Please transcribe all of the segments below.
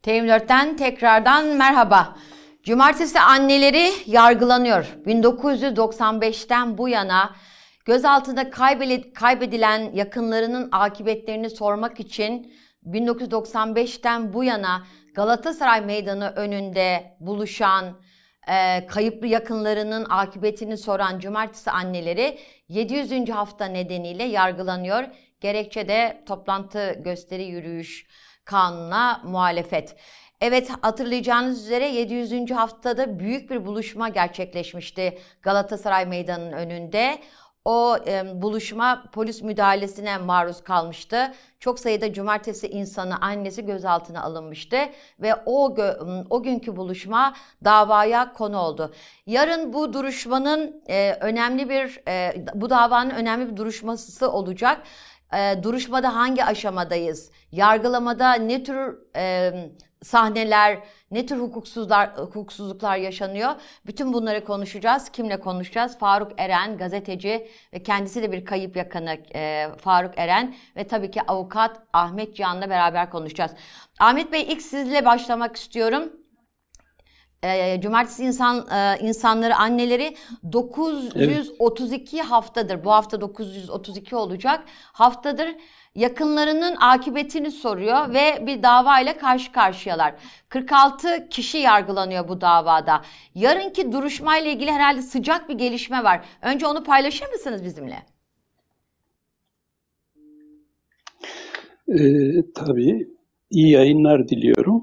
TM4'ten tekrardan merhaba. Cumartesi anneleri yargılanıyor. 1995'ten bu yana gözaltında kaybedilen yakınlarının akıbetlerini sormak için 1995'ten bu yana Galatasaray Meydanı önünde buluşan, kayıplı yakınlarının akıbetini soran cumartesi anneleri 700. hafta nedeniyle yargılanıyor. Gerekçe de toplantı, gösteri, yürüyüş kanuna muhalefet. Evet, hatırlayacağınız üzere 700. haftada büyük bir buluşma gerçekleşmişti Galatasaray Meydanı'nın önünde. O buluşma polis müdahalesine maruz kalmıştı. Çok sayıda cumartesi insanı, annesi gözaltına alınmıştı ve o günkü buluşma davaya konu oldu. Yarın bu duruşmanın bu davanın önemli bir duruşması olacak. Duruşmada hangi aşamadayız? Yargılamada ne tür sahneler, ne tür hukuksuzluklar yaşanıyor? Bütün bunları konuşacağız. Kimle konuşacağız? Faruk Eren, gazeteci ve kendisi de bir kayıp yakını Faruk Eren ve tabii ki avukat Ahmet Can'la beraber konuşacağız. Ahmet Bey, ilk sizle başlamak istiyorum. Cumartesi insanları, anneleri 932 evet. haftadır, bu hafta 932 olacak haftadır yakınlarının akıbetini soruyor ve bir davayla karşı karşıyalar. 46 kişi yargılanıyor bu davada. Yarınki duruşmayla ilgili herhalde sıcak bir gelişme var. Önce onu paylaşır mısınız bizimle? Tabii. İyi yayınlar diliyorum.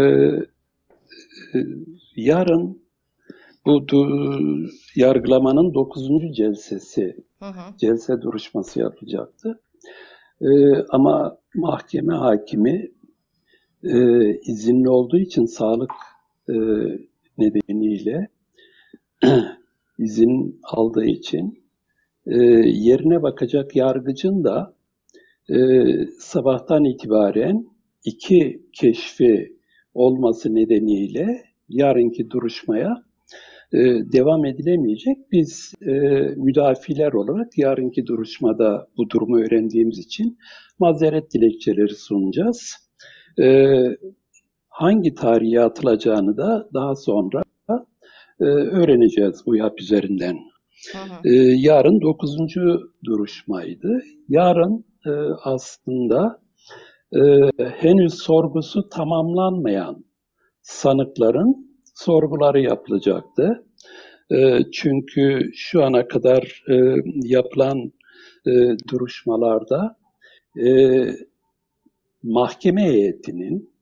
Yarın bu yargılamanın 9. celse duruşması yapılacaktı. Ama mahkeme hakimi izinli olduğu için sağlık nedeniyle izin aldığı için yerine bakacak yargıcın da sabahtan itibaren 2 keşfi olması nedeniyle yarınki duruşmaya devam edilemeyecek. Biz müdafiler olarak yarınki duruşmada bu durumu öğrendiğimiz için mazeret dilekçeleri sunacağız. Hangi tarihe atılacağını da daha sonra öğreneceğiz bu yap üzerinden. Yarın 9. duruşmaydı. Yarın aslında henüz sorgusu tamamlanmayan sanıkların sorguları yapılacaktı. Çünkü şu ana kadar yapılan duruşmalarda mahkeme heyetinin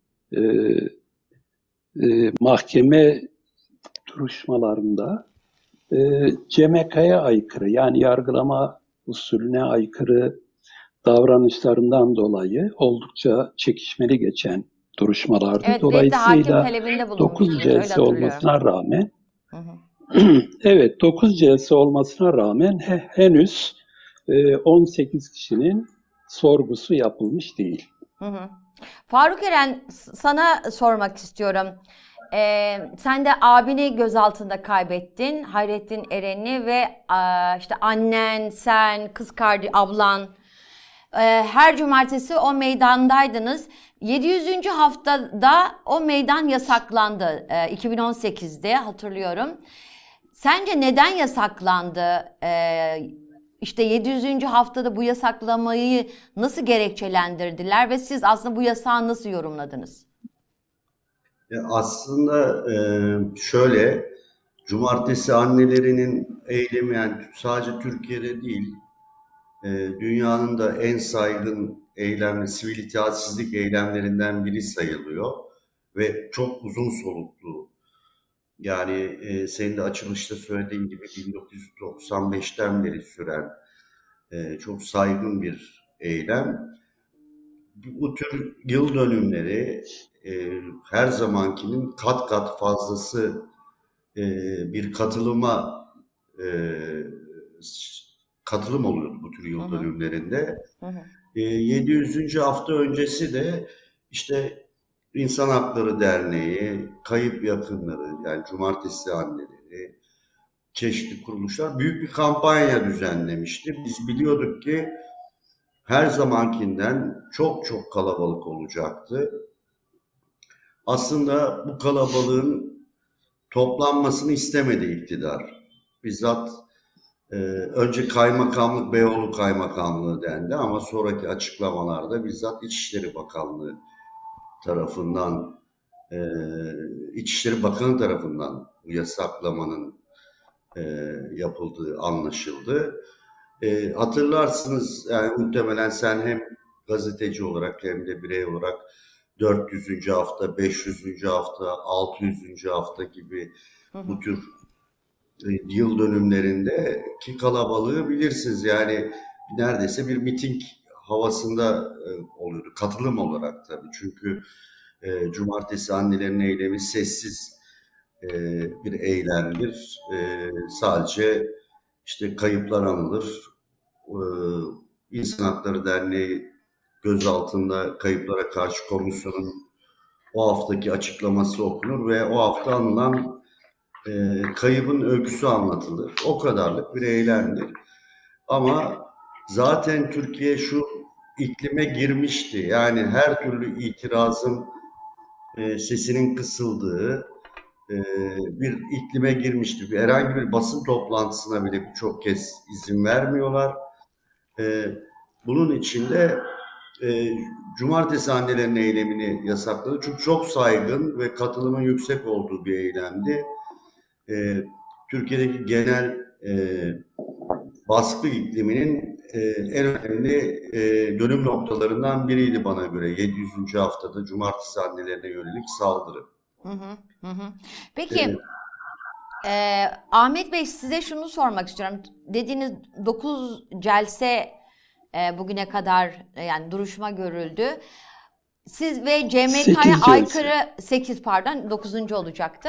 mahkeme duruşmalarında CMK'ya aykırı, yani yargılama usulüne aykırı davranışlarından dolayı oldukça çekişmeli geçen duruşmalardı. Evet, dolayısıyla 9 celse olmasına rağmen evet, 9 celse olmasına rağmen henüz 18 kişinin sorgusu yapılmış değil. Faruk Eren, sana sormak istiyorum. Sen de abini gözaltında kaybettin, Hayrettin Eren'i ve işte annen, sen, kız kardeş, ablan. Her cumartesi o meydandaydınız. 700. haftada o meydan yasaklandı. 2018'de hatırlıyorum. Sence neden yasaklandı? İşte 700. haftada bu yasaklamayı nasıl gerekçelendirdiler ve siz aslında bu yasağı nasıl yorumladınız? Aslında şöyle, cumartesi annelerinin eylemi, yani sadece Türkiye'de değil, dünyanın da en saygın eylemli sivil itaatsizlik eylemlerinden biri sayılıyor ve çok uzun soluklu. Yani senin de açılışta söylediğin gibi 1995'ten beri süren çok saygın bir eylem. Bu tür yıl dönümleri her zamankinin kat kat fazlası bir katılım oluyordu bu tür yıl dönümlerinde. 700. hafta öncesi de işte İnsan Hakları Derneği, Kayıp Yakınları, yani Cumartesi Anneleri, çeşitli kuruluşlar büyük bir kampanya düzenlemişti. Biz biliyorduk ki her zamankinden çok çok kalabalık olacaktı. Aslında bu kalabalığın toplanmasını istemedi iktidar. Bizzat önce kaymakamlık, Beyoğlu Kaymakamlığı dendi ama sonraki açıklamalarda bizzat İçişleri Bakanlığı tarafından, İçişleri Bakanı tarafından bu yasaklamanın yapıldığı anlaşıldı. Hatırlarsınız, yani muhtemelen sen hem gazeteci olarak hem de birey olarak 400. hafta, 500. hafta, 600. hafta gibi bu tür yıl dönümlerindeki kalabalığı bilirsiniz. Yani neredeyse bir miting havasında oluyordu. Katılım olarak tabii. Çünkü Cumartesi Annelerin Eylemi sessiz bir eylemdir. Sadece işte kayıplar anılır. İnsan Hakları Derneği gözaltında kayıplara karşı komisyonun o haftaki açıklaması okunur ve o hafta anılan kaybın öyküsü anlatılır. O kadarlık bir eylemdir. Ama zaten Türkiye şu iklime girmişti. Yani her türlü itirazın sesinin kısıldığı bir iklime girmişti. Herhangi bir basın toplantısına bile birçok kez izin vermiyorlar. Bunun içinde Cumartesi Annelerin Eylemini yasakladı. Çünkü çok saygın ve katılımın yüksek olduğu bir eylemdi. Türkiye'deki genel baskı ikliminin en önemli dönüm noktalarından biriydi bana göre. 700. haftada Cumartesi annelerine yönelik saldırı. Peki Ahmet Bey, size şunu sormak istiyorum. Dediğiniz 9 celse bugüne kadar yani duruşma görüldü. Siz ve CMK'ya aykırı 8 pardon 9. olacaktı.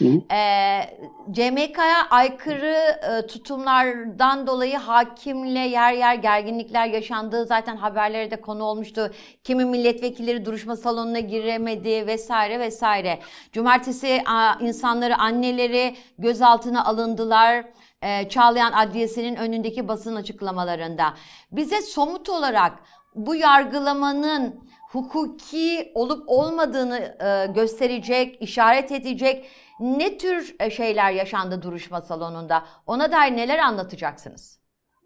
CMK'ya aykırı tutumlardan dolayı hakimle yer yer gerginlikler yaşandığı zaten haberlere de konu olmuştu. Kimi milletvekilleri duruşma salonuna giremedi vesaire vesaire. Cumartesi insanları, anneleri gözaltına alındılar. Çağlayan Adliyesi'nin önündeki basın açıklamalarında. Bize somut olarak bu yargılamanın hukuki olup olmadığını gösterecek, işaret edecek ne tür şeyler yaşandı duruşma salonunda? Ona dair neler anlatacaksınız?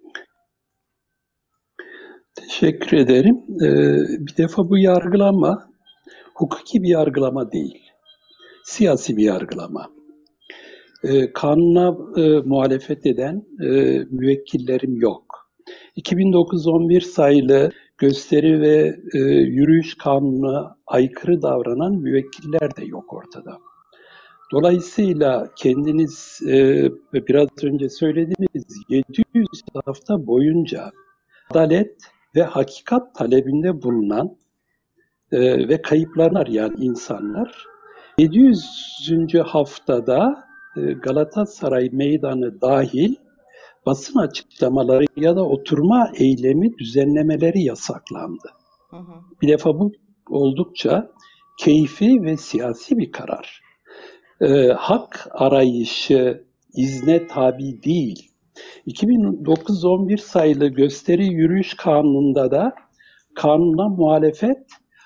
Teşekkür ederim. Bir defa bu yargılama hukuki bir yargılama değil, siyasi bir yargılama. Kanuna muhalefet eden müvekkillerim yok. 2009-11 sayılı gösteri ve yürüyüş kanununa aykırı davranan müvekkiller de yok ortada. Dolayısıyla kendiniz biraz önce söylediğiniz 700 hafta boyunca adalet ve hakikat talebinde bulunan ve kayıplarını arayan insanlar 700. haftada Galatasaray Meydanı dahil basın açıklamaları ya da oturma eylemi düzenlemeleri yasaklandı. Bir defa bu oldukça keyfi ve siyasi bir karar. Hak arayışı izne tabi değil. 2009-11 sayılı gösteri yürüyüş kanununda da kanuna muhalefet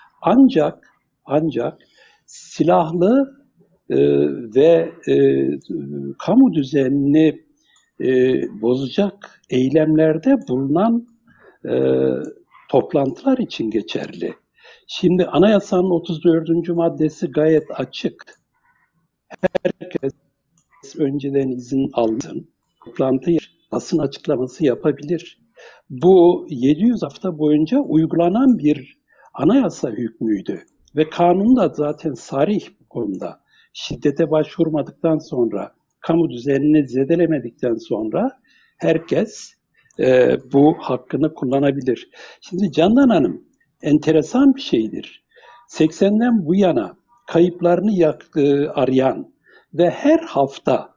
ancak silahlı ve kamu düzenini bozacak eylemlerde bulunan toplantılar için geçerli. Şimdi anayasanın 34. maddesi gayet açık. Herkes önceden izin alsın, toplantı basın açıklaması yapabilir. Bu 700 hafta boyunca uygulanan bir anayasa hükmüydü ve kanun da zaten sarih bu konuda. Şiddete başvurmadıktan sonra, kamu düzenini zedelemedikten sonra herkes bu hakkını kullanabilir. Şimdi Candan Hanım, enteresan bir şeydir. 80'den bu yana kayıplarını arayan ve her hafta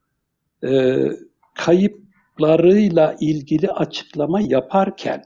kayıplarıyla ilgili açıklama yaparken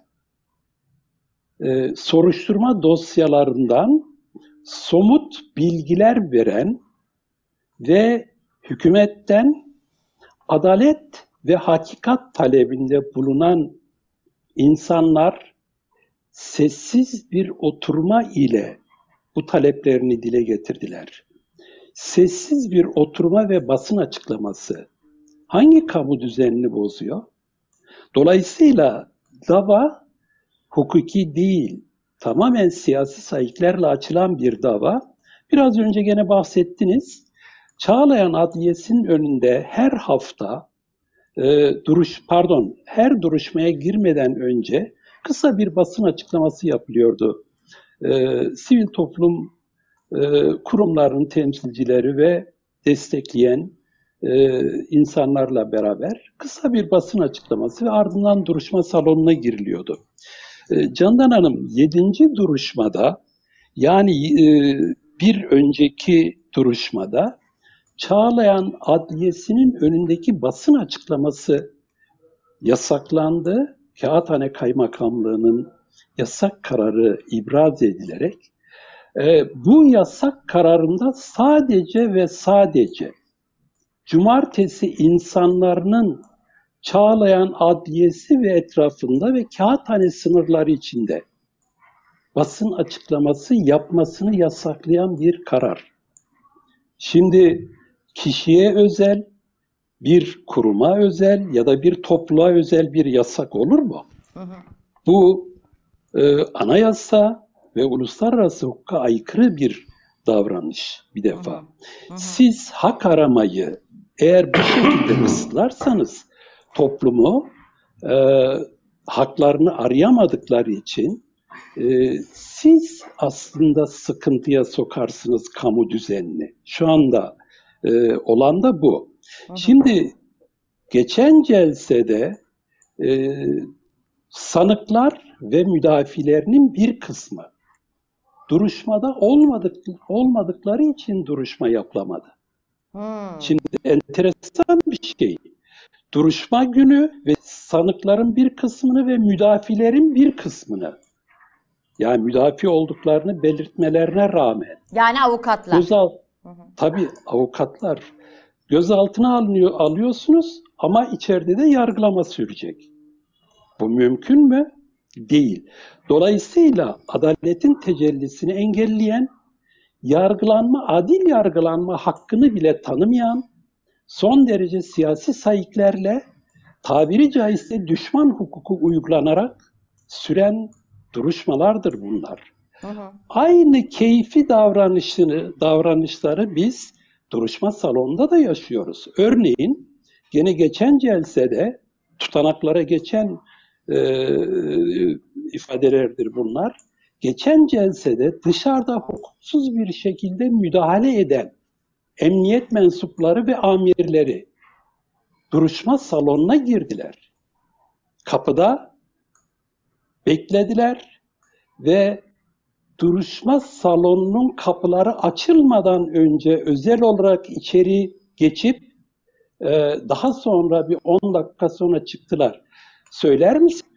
soruşturma dosyalarından somut bilgiler veren ve hükümetten adalet ve hakikat talebinde bulunan insanlar sessiz bir oturma ile bu taleplerini dile getirdiler. Sessiz bir oturma ve basın açıklaması hangi kamu düzenini bozuyor? Dolayısıyla dava hukuki değil, tamamen siyasi sahiplerle açılan bir dava. Biraz önce gene bahsettiniz. Çağlayan Adliyesi'nin önünde her hafta her duruşmaya girmeden önce kısa bir basın açıklaması yapılıyordu. Sivil toplum kurumlarının temsilcileri ve destekleyen insanlarla beraber kısa bir basın açıklaması ve ardından duruşma salonuna giriliyordu. Candan Hanım 7. duruşmada, yani bir önceki duruşmada Çağlayan Adliyesi'nin önündeki basın açıklaması yasaklandı. Kağıthane Kaymakamlığı'nın yasak kararı ibraz edilerek bu yasak kararında sadece ve sadece cumartesi insanlarının Çağlayan Adliyesi ve etrafında ve Kağıthane sınırları içinde basın açıklaması yapmasını yasaklayan bir karar. Şimdi kişiye özel, bir kuruma özel ya da bir topluluğa özel bir yasak olur mu? Bu anayasa ve uluslararası hukuka aykırı bir davranış bir defa. Siz hak aramayı eğer bu şekilde kısıtlarsanız toplumu haklarını arayamadıkları için siz aslında sıkıntıya sokarsınız kamu düzenini. Şu anda olan da bu. Şimdi geçen celsede sanıklar ve müdafilerinin bir kısmı duruşmada olmadıkları için duruşma yapılamadı. Şimdi enteresan bir şey. Duruşma günü ve sanıkların bir kısmını ve müdafilerin bir kısmını, yani müdafi olduklarını belirtmelerine rağmen, Yani avukatlar. Tabii avukatlar gözaltına alıyorsunuz ama içeride de yargılama sürecek. Bu mümkün mü? Değil. Dolayısıyla adaletin tecellisini engelleyen, adil yargılanma hakkını bile tanımayan, son derece siyasi saiklerle tabiri caizse düşman hukuku uygulanarak süren duruşmalardır bunlar. Aynı keyfi davranışları biz duruşma salonunda da yaşıyoruz. Örneğin gene geçen celsede tutanaklara geçen ifadelerdir bunlar. Geçen celsede dışarıda hukuksuz bir şekilde müdahale eden emniyet mensupları ve amirleri duruşma salonuna girdiler. Kapıda beklediler ve duruşma salonunun kapıları açılmadan önce özel olarak içeri geçip daha sonra bir 10 dakika sonra çıktılar. Söyler misin?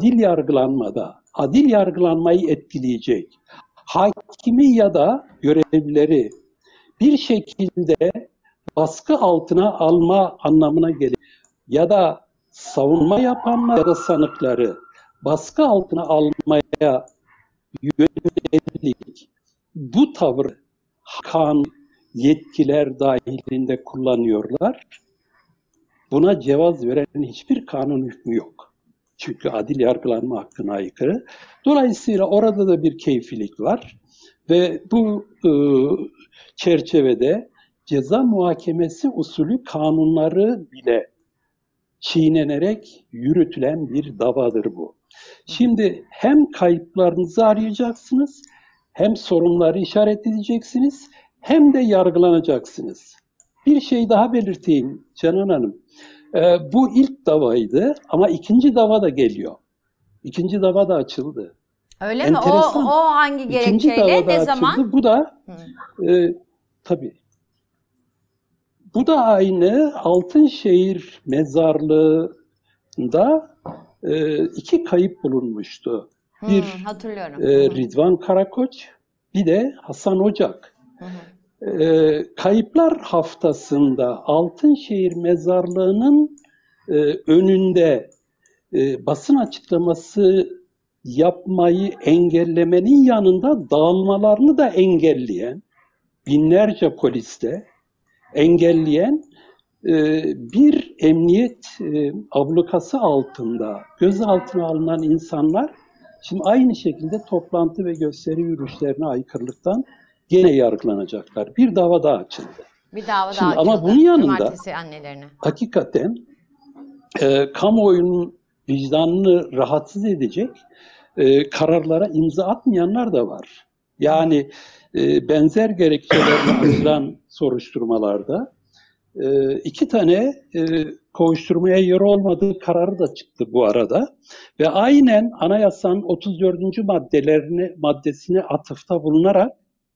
Adil yargılanmayı etkileyecek hakimi ya da görevlileri bir şekilde baskı altına alma anlamına gelir. Ya da savunma yapanlar ya da sanıkları baskı altına almaya yönelik bu tavrı kanun yetkiler dahilinde kullanıyorlar. Buna cevaz veren hiçbir kanun hükmü yok. Çünkü adil yargılanma hakkına aykırı. Dolayısıyla orada da bir keyfilik var. Ve bu çerçevede ceza muhakemesi usulü kanunları bile çiğnenerek yürütülen bir davadır bu. Şimdi hem kayıplarınızı arayacaksınız, hem sorunları işaret edeceksiniz, hem de yargılanacaksınız. Bir şey daha belirteyim Canan Hanım. Bu ilk davaydı ama ikinci dava da geliyor. İkinci dava da açıldı. Öyle Enteresan. mi? O hangi gerekçeyle, ne zaman? Açıldı. Bu da tabii. Bu da aynı Altınşehir mezarlığında 2 kayıp bulunmuştu. Bir hatırlıyorum. Ridvan Karakoç, bir de Hasan Ocak. Kayıplar haftasında Altınşehir mezarlığının önünde basın açıklaması yapmayı engellemenin yanında dağılmalarını da engelleyen, binlerce poliste engelleyen bir emniyet ablukası altında gözaltına alınan insanlar şimdi aynı şekilde toplantı ve gösteri yürüyüşlerine aykırılıktan gene yargılanacaklar. Bir dava daha açıldı. Bir dava Şimdi daha ama açıldı. bunun yanında Cumartesi annelerine. hakikaten kamuoyunun vicdanını rahatsız edecek kararlara imza atmayanlar da var. Yani benzer gerekçelerle açılan soruşturmalarda iki tane kovuşturmaya yer olmadığı kararı da çıktı bu arada. Ve aynen anayasanın 34. maddesine atıfta bulunarak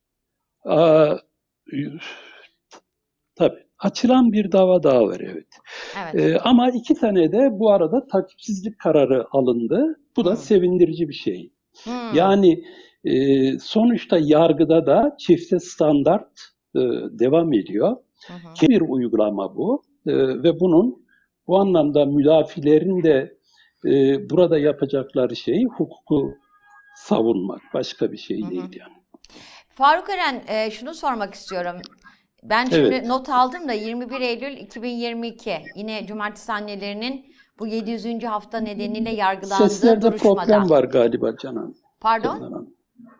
tabii açılan bir dava daha var, evet. Evet. Ama iki tane de bu arada takipsizlik kararı alındı. Bu da sevindirici bir şey. Yani sonuçta yargıda da çifte standart devam ediyor. Bir uygulama bu ve bunun bu anlamda müdafilerin de burada yapacakları şey hukuku savunmak. Başka bir şey değil yani. Faruk Eren, şunu sormak istiyorum. Ben şimdi Evet. not aldım da 21 Eylül 2022 yine cumartesi annelerinin bu 700. hafta nedeniyle yargılandığı Seslerde duruşmada. problem var galiba Canan. Pardon? Canan.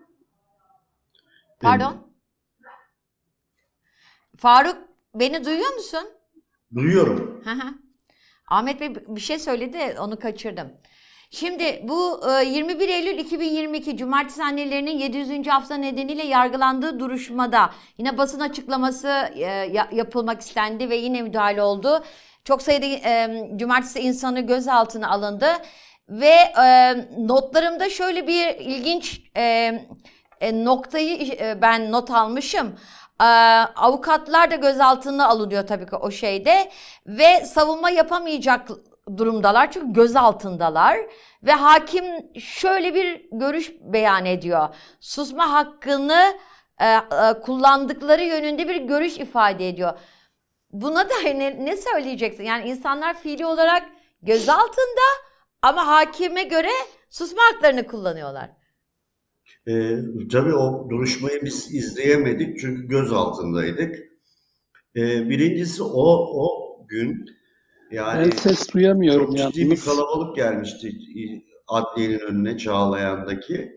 Pardon? Faruk, beni duyuyor musun? Duyuyorum. Hı hı. Ahmet Bey bir şey söyledi, onu kaçırdım. Şimdi bu 21 Eylül 2022 Cumartesi annelerinin 700. hafta nedeniyle yargılandığı duruşmada yine basın açıklaması yapılmak istendi ve yine müdahale oldu. Çok sayıda cumartesi insanı gözaltına alındı ve notlarımda şöyle bir ilginç noktayı ben not almışım. Avukatlar da gözaltına alınıyor tabii ki o şeyde ve savunma yapamayacak durumdalar çünkü gözaltındalar ve hakim şöyle bir görüş beyan ediyor. Susma hakkını kullandıkları yönünde bir görüş ifade ediyor. Buna da ne söyleyeceksin? Yani insanlar fiili olarak gözaltında ama hakime göre susma haklarını kullanıyorlar. Tabii o duruşmayı biz izleyemedik çünkü gözaltındaydık. Birincisi o gün yani Ben ses duyamıyorum çok ciddi yalnız. bir kalabalık gelmişti adliyenin önüne Çağlayan'daki.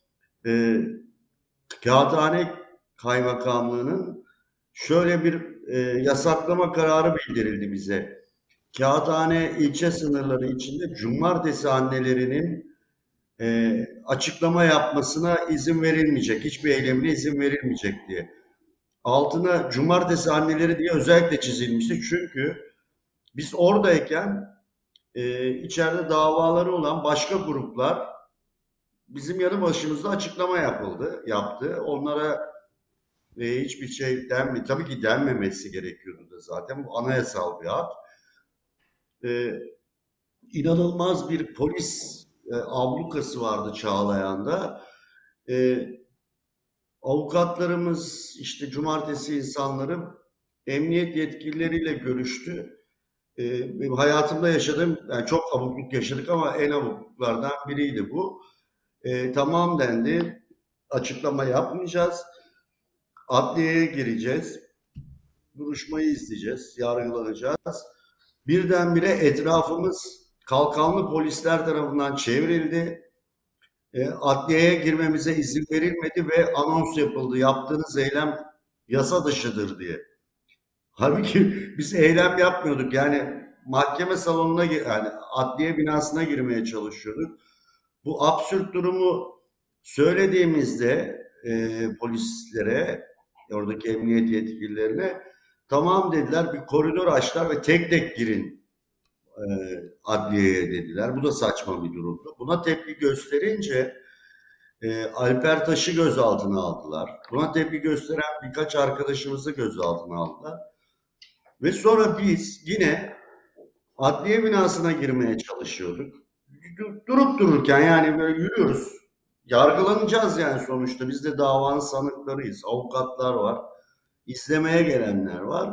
Kağıthane Kaymakamlığı'nın şöyle bir yasaklama kararı bildirildi bize. Kağıthane ilçe sınırları içinde cumartesi annelerinin açıklama yapmasına izin verilmeyecek, hiçbir eylemine izin verilmeyecek diye. Altına cumartesi anneleri diye özellikle çizilmişti çünkü biz oradayken içeride davaları olan başka gruplar bizim yanı başımızda açıklama yaptı. Onlara hiçbir şey denmedi. Tabii ki denmemesi gerekiyordu da zaten. Bu anayasal bir hak. İnanılmaz bir polis ablukası vardı Çağlayan'da. Avukatlarımız, işte cumartesi insanları emniyet yetkilileriyle görüştü. Benim hayatımda yaşadığım, yani çok abukluk yaşadık ama en abukluklardan biriydi bu. Tamam dendi, açıklama yapmayacağız, adliyeye gireceğiz, duruşmayı izleyeceğiz, yargılanacağız. Birdenbire etrafımız kalkanlı polisler tarafından çevrildi. Adliyeye girmemize izin verilmedi ve anons yapıldı. Yaptığınız eylem yasa dışıdır diye. Halbuki biz eylem yapmıyorduk. Yani mahkeme salonuna, yani adliye binasına girmeye çalışıyorduk. Bu absürt durumu söylediğimizde polislere, oradaki emniyet yetkililerine tamam dediler, bir koridor açtılar ve tek tek girin adliyeye dediler. Bu da saçma bir durumdu. Buna tepki gösterince Alper Taş'ı gözaltına aldılar. Buna tepki gösteren birkaç arkadaşımızı gözaltına aldılar. Ve sonra biz yine adliye binasına girmeye çalışıyorduk. Durup dururken yani böyle yürüyoruz. Yargılanacağız yani sonuçta. Biz de davanın sanıklarıyız. Avukatlar var. İzlemeye gelenler var.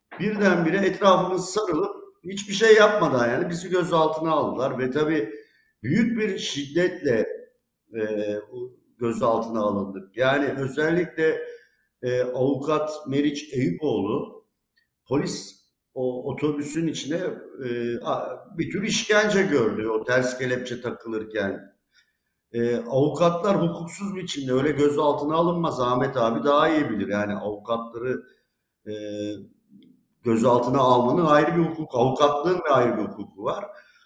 Birdenbire etrafımız sarılıp hiçbir şey yapmadan yani bizi gözaltına aldılar ve tabii büyük bir şiddetle gözaltına alındık. Yani özellikle avukat Meriç Eyüpoğlu polis o otobüsün içine bir tür işkence gördü o ters kelepçe takılırken. Avukatlar hukuksuz biçimde öyle gözaltına alınmaz. Ahmet abi daha iyi bilir. Yani avukatları e, gözaltına almanın ayrı bir hukuk, avukatlığın da ayrı bir hukuku var.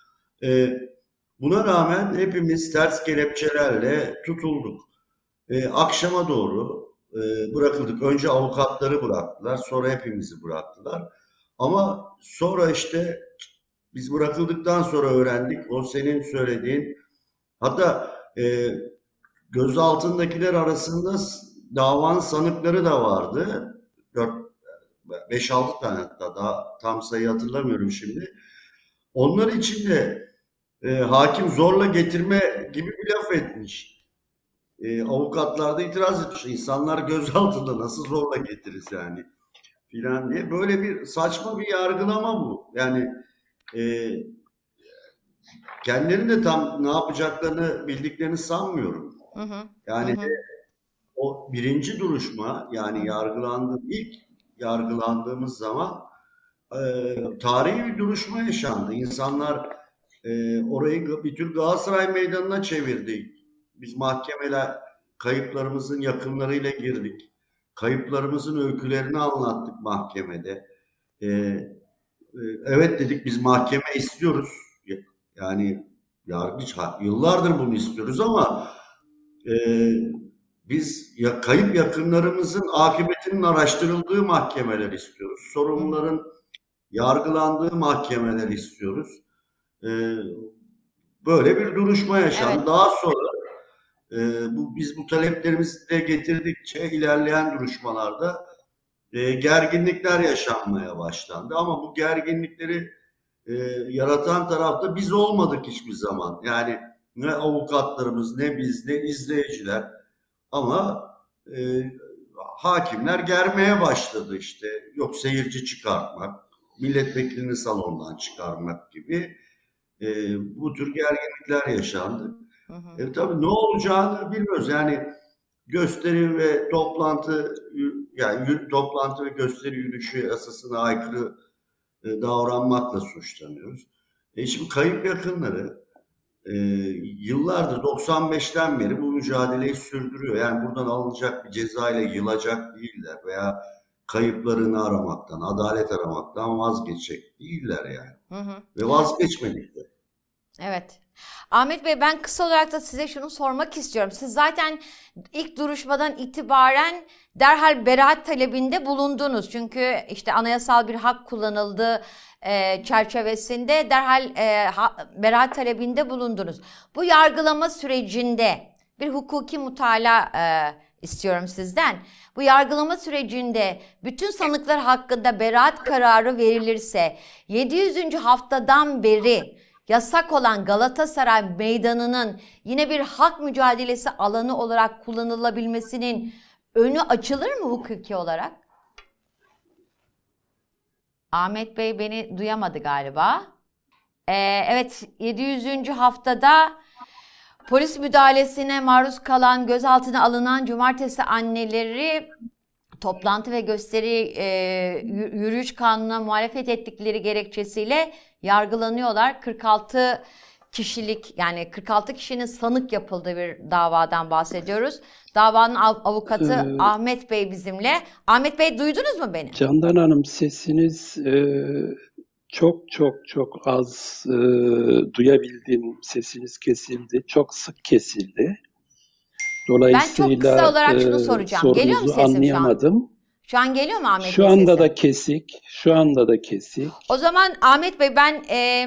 Buna rağmen hepimiz ters kelepçelerle tutulduk. Akşama doğru bırakıldık. Önce avukatları bıraktılar, sonra hepimizi bıraktılar. Ama sonra işte biz bırakıldıktan sonra öğrendik, o senin söylediğin, hatta gözaltındakiler arasında davanın sanıkları da vardı. 5-6 tane, hatta daha tam sayı hatırlamıyorum şimdi. Onlar için de hakim zorla getirme gibi bir laf etmiş. Avukatlar da itiraz etmiş. İnsanlar gözaltında nasıl zorla getiririz yani filan diye. Böyle bir saçma bir yargılama bu. Yani kendilerinin de tam ne yapacaklarını bildiklerini sanmıyorum. Yani o birinci duruşma, yani ilk yargılandığımız zaman tarihi bir duruşma yaşandı. İnsanlar orayı bir tür Galatasaray Meydanı'na çevirdi. Biz mahkemeler kayıplarımızın yakınlarıyla girdik. Kayıplarımızın öykülerini anlattık mahkemede. Evet dedik, biz mahkeme istiyoruz. Yani yargıç yıllardır bunu istiyoruz ama biz kayıp yakınlarımızın akıbetinin araştırıldığı mahkemeler istiyoruz. Sorumluların yargılandığı mahkemeler istiyoruz. Böyle bir duruşma yaşandı. Evet. Daha sonra biz bu taleplerimizi de getirdikçe ilerleyen duruşmalarda gerginlikler yaşanmaya başlandı. Ama bu gerginlikleri yaratan tarafta biz olmadık hiçbir zaman. Yani ne avukatlarımız, ne biz, ne izleyiciler. Ama hakimler germeye başladı işte. Yok seyirci çıkartmak, milletvekilini salondan çıkarmak gibi bu tür gerginlikler yaşandı. Tabii ne olacağını bilmiyoruz. Yani gösteri ve toplantı, yani toplantı ve gösteri yürüyüşü yasasına aykırı davranmakla suçlanıyoruz. Şimdi kayıp yakınları yıllardır 95'ten beri bu mücadeleyi sürdürüyor. Yani buradan alınacak bir ceza ile yılacak değiller veya kayıplarını aramaktan, adalet aramaktan vazgeçecek değiller yani. Ve vazgeçmedik de. Evet. Ahmet Bey, ben kısa olarak da size şunu sormak istiyorum. Siz zaten ilk duruşmadan itibaren derhal beraat talebinde bulundunuz. Çünkü işte anayasal bir hak kullanıldığı çerçevesinde derhal beraat talebinde bulundunuz. Bu yargılama sürecinde bir hukuki mutala istiyorum sizden. Bu yargılama sürecinde bütün sanıklar hakkında beraat kararı verilirse 700. haftadan beri yasak olan Galatasaray Meydanı'nın yine bir hak mücadelesi alanı olarak kullanılabilmesinin önü açılır mı hukuki olarak? Ahmet Bey beni duyamadı galiba. Evet, 700. haftada polis müdahalesine maruz kalan, gözaltına alınan cumartesi anneleri toplantı ve gösteri yürüyüş kanununa muhalefet ettikleri gerekçesiyle yargılanıyorlar. 46 kişilik, yani 46 kişinin sanık yapıldığı bir davadan bahsediyoruz. Davanın avukatı Ahmet Bey bizimle. Ahmet Bey, duydunuz mu beni? Candan Hanım, sesiniz çok az duyabildim. Sesiniz kesildi. Çok sık kesildi. Dolayısıyla ben çok kısa olarak şunu soracağım. Geliyor mu sesim anlayamadım. şu an? Şu an geliyor mu Ahmet Bey Şu anda sesim? da kesik. Şu anda da kesik. O zaman Ahmet Bey, ben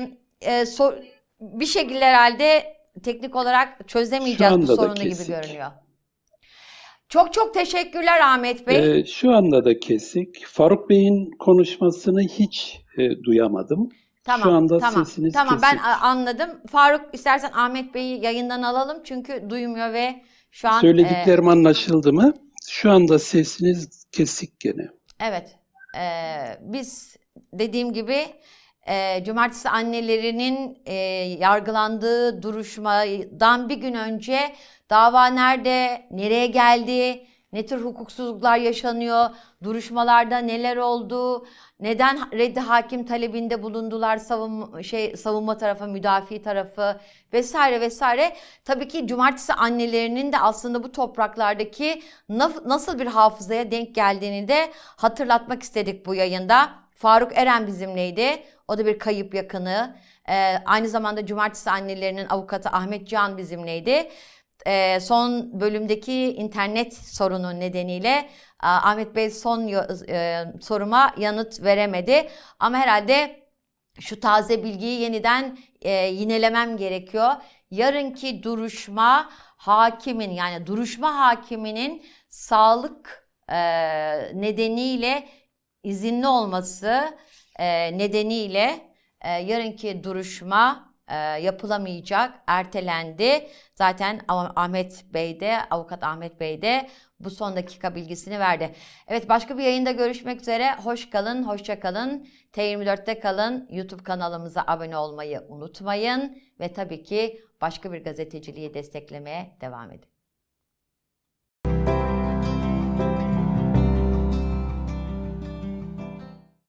bir şekilde herhalde teknik olarak çözemeyeceğiz bu sorunu gibi görünüyor. Çok teşekkürler Ahmet Bey. Şu anda da kesik. Faruk Bey'in konuşmasını hiç duyamadım. Tamam, şu anda sesiniz tamam, kesik. ben anladım. Faruk, istersen Ahmet Bey'i yayından alalım çünkü duymuyor ve şu an... Söylediklerim anlaşıldı mı? Şu anda sesiniz kesik gene. Evet. Biz dediğim gibi Cumartesi annelerinin yargılandığı duruşmadan bir gün önce dava nerede, nereye geldi, ne tür hukuksuzluklar yaşanıyor, duruşmalarda neler oldu, neden reddi hakim talebinde bulundular savunma tarafı, müdafi tarafı vesaire vesaire. Tabii ki cumartesi annelerinin de aslında bu topraklardaki nasıl bir hafızaya denk geldiğini de hatırlatmak istedik bu yayında. Faruk Eren bizimleydi. O da bir kayıp yakını. Aynı zamanda cumartesi annelerinin avukatı Ahmet Can bizimleydi. Son bölümdeki internet sorunu nedeniyle Ahmet Bey son soruma yanıt veremedi. Ama herhalde şu taze bilgiyi yeniden yinelemem gerekiyor. Yarınki duruşma yani duruşma hakiminin sağlık nedeniyle izinli olması nedeniyle yarınki duruşma yapılamayacak, ertelendi. Zaten Avukat Ahmet Bey de bu son dakika bilgisini verdi. Evet, başka bir yayında görüşmek üzere. Hoş kalın, hoşça kalın. T24'te kalın. YouTube kanalımıza abone olmayı unutmayın. Ve tabii ki başka bir gazeteciliği desteklemeye devam edin.